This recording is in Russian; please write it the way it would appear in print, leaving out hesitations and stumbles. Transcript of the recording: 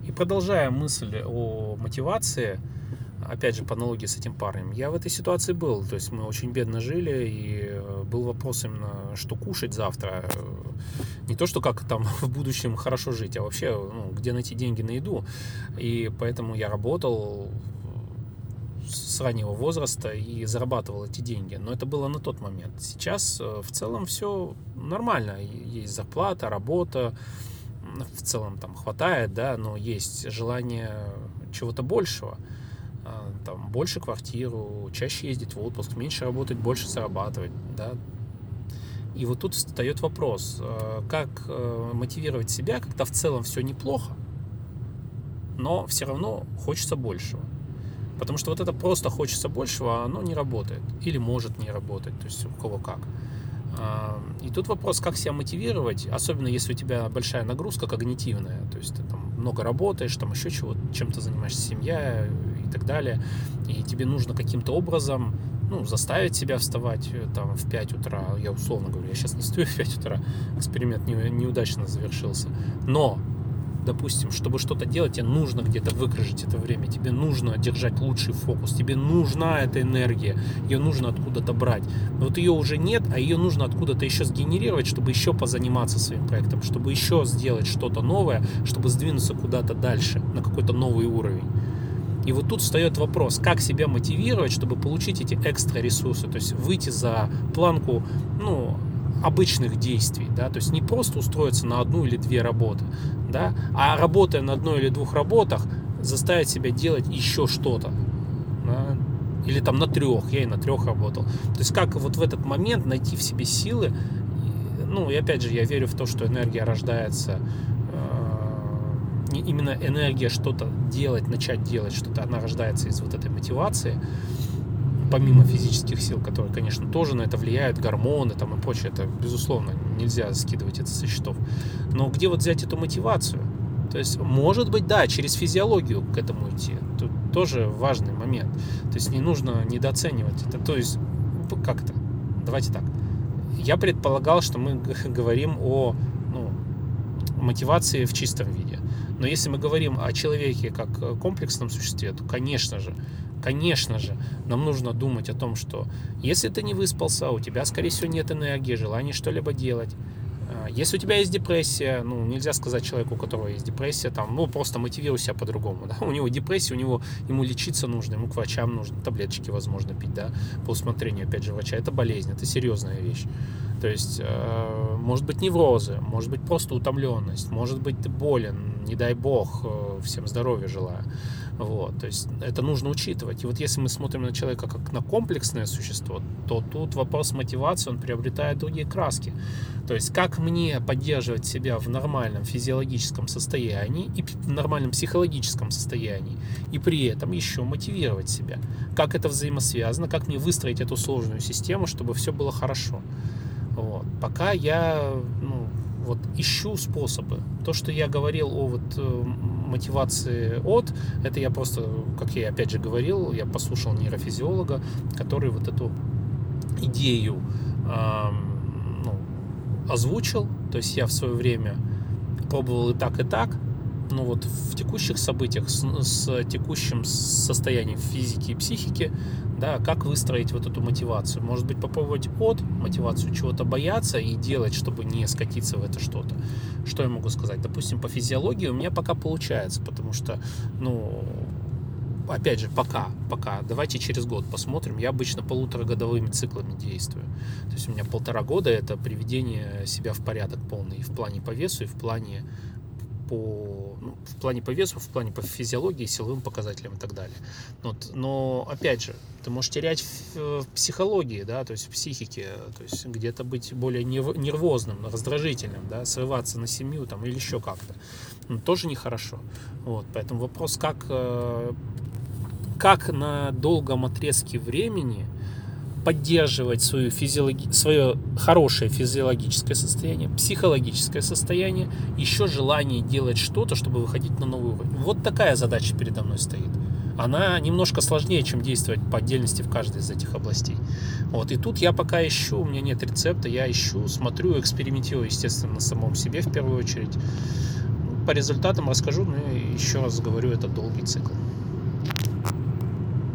И продолжая мысль о мотивации, опять же, по аналогии с этим парнем, я в этой ситуации был. То есть мы очень бедно жили, и был вопрос именно, что кушать завтра. Не то, что как там в будущем хорошо жить, а вообще, где найти деньги на еду. И поэтому я работал с раннего возраста и зарабатывал эти деньги. Но это было на тот момент. Сейчас в целом все нормально. Есть зарплата, работа. В целом там хватает, да, но есть желание чего-то большего. Там, больше квартиру, чаще ездить в отпуск, меньше работать, больше зарабатывать, да. И вот тут встает вопрос, как мотивировать себя, когда в целом все неплохо, но все равно хочется большего. Потому что вот это просто хочется большего, оно не работает. Или может не работать, то есть у кого как. И тут вопрос, как себя мотивировать, особенно если у тебя большая нагрузка когнитивная, то есть ты там много работаешь, там еще чем-то занимаешься, семья и так далее, и тебе нужно каким-то образом заставить себя вставать там в 5 утра, я условно говорю, я сейчас не стою в 5 утра, эксперимент неудачно завершился, но допустим, чтобы что-то делать, тебе нужно где-то выкружить это время, тебе нужно держать лучший фокус, тебе нужна эта энергия, ее нужно откуда-то брать. Но вот ее уже нет, а ее нужно откуда-то еще сгенерировать, чтобы еще позаниматься своим проектом, чтобы еще сделать что-то новое, чтобы сдвинуться куда-то дальше, на какой-то новый уровень. И вот тут встает вопрос, как себя мотивировать, чтобы получить эти экстра ресурсы, то есть выйти за планку, обычных действий, да, то есть не просто устроиться на одну или две работы, да, а работая на одной или двух работах, заставить себя делать еще что-то, да, или там на 3, я и на 3 работал. То есть как вот в этот момент найти в себе силы, и опять же я верю в то, что энергия рождается, именно энергия что-то делать, начать делать что-то, она рождается из вот этой мотивации, помимо физических сил, которые, конечно, тоже на это влияют, гормоны там и прочее, это, безусловно, нельзя скидывать это со счетов. Но где вот взять эту мотивацию? То есть, может быть, да, через физиологию к этому идти. Тут тоже важный момент. То есть, не нужно недооценивать это. То есть, как-то, давайте так. Я предполагал, что мы говорим о мотивации в чистом виде. Но если мы говорим о человеке как комплексном существе, то, конечно же, нам нужно думать о том, что если ты не выспался, у тебя, скорее всего, нет энергии, желания что-либо делать. Если у тебя есть депрессия, нельзя сказать человеку, у которого есть депрессия, просто мотивируй себя по-другому. Да? У него депрессия, ему лечиться нужно, ему к врачам нужно, таблеточки, возможно, пить, да, по усмотрению, опять же, врача. Это болезнь, это серьезная вещь. То есть, может быть, неврозы, может быть, просто утомленность, может быть, ты болен, не дай бог, всем здоровья желаю. Вот, то есть это нужно учитывать. И вот если мы смотрим на человека как на комплексное существо, то тут вопрос мотивации, он приобретает другие краски. То есть как мне поддерживать себя в нормальном физиологическом состоянии и в нормальном психологическом состоянии, и при этом еще мотивировать себя. Как это взаимосвязано, как мне выстроить эту сложную систему, чтобы все было хорошо. Вот. Пока я ищу способы. То, что я говорил о мотивации это я просто, как я опять же говорил, я послушал нейрофизиолога, который вот эту идею озвучил. То есть я в свое время пробовал и так, но вот в текущих событиях, с текущим состоянием физики и психики, да, как выстроить вот эту мотивацию. Может быть, попробовать мотивацию чего-то бояться и делать, чтобы не скатиться в это что-то. Что я могу сказать? Допустим, по физиологии у меня пока получается, потому что, опять же, пока. Давайте через год посмотрим. Я обычно 1,5-годовыми циклами действую. То есть у меня 1,5 года это приведение себя в порядок полный в плане по весу и в плане по весу, в плане по физиологии, силовым показателям и так далее. Но опять же, ты можешь терять в психологии, да, то есть в психике, то есть где-то быть более нервозным, раздражительным, да, срываться на семью там, или еще как-то. Тоже нехорошо. Вот, поэтому вопрос, как на долгом отрезке времени поддерживать свое хорошее физиологическое состояние, психологическое состояние, еще желание делать что-то, чтобы выходить на новый уровень. Вот такая задача передо мной стоит. Она немножко сложнее, чем действовать по отдельности в каждой из этих областей. Вот. И тут я пока ищу, у меня нет рецепта, я ищу, смотрю, экспериментирую, естественно, на самом себе в первую очередь. по результатам расскажу, но еще раз говорю, это долгий цикл.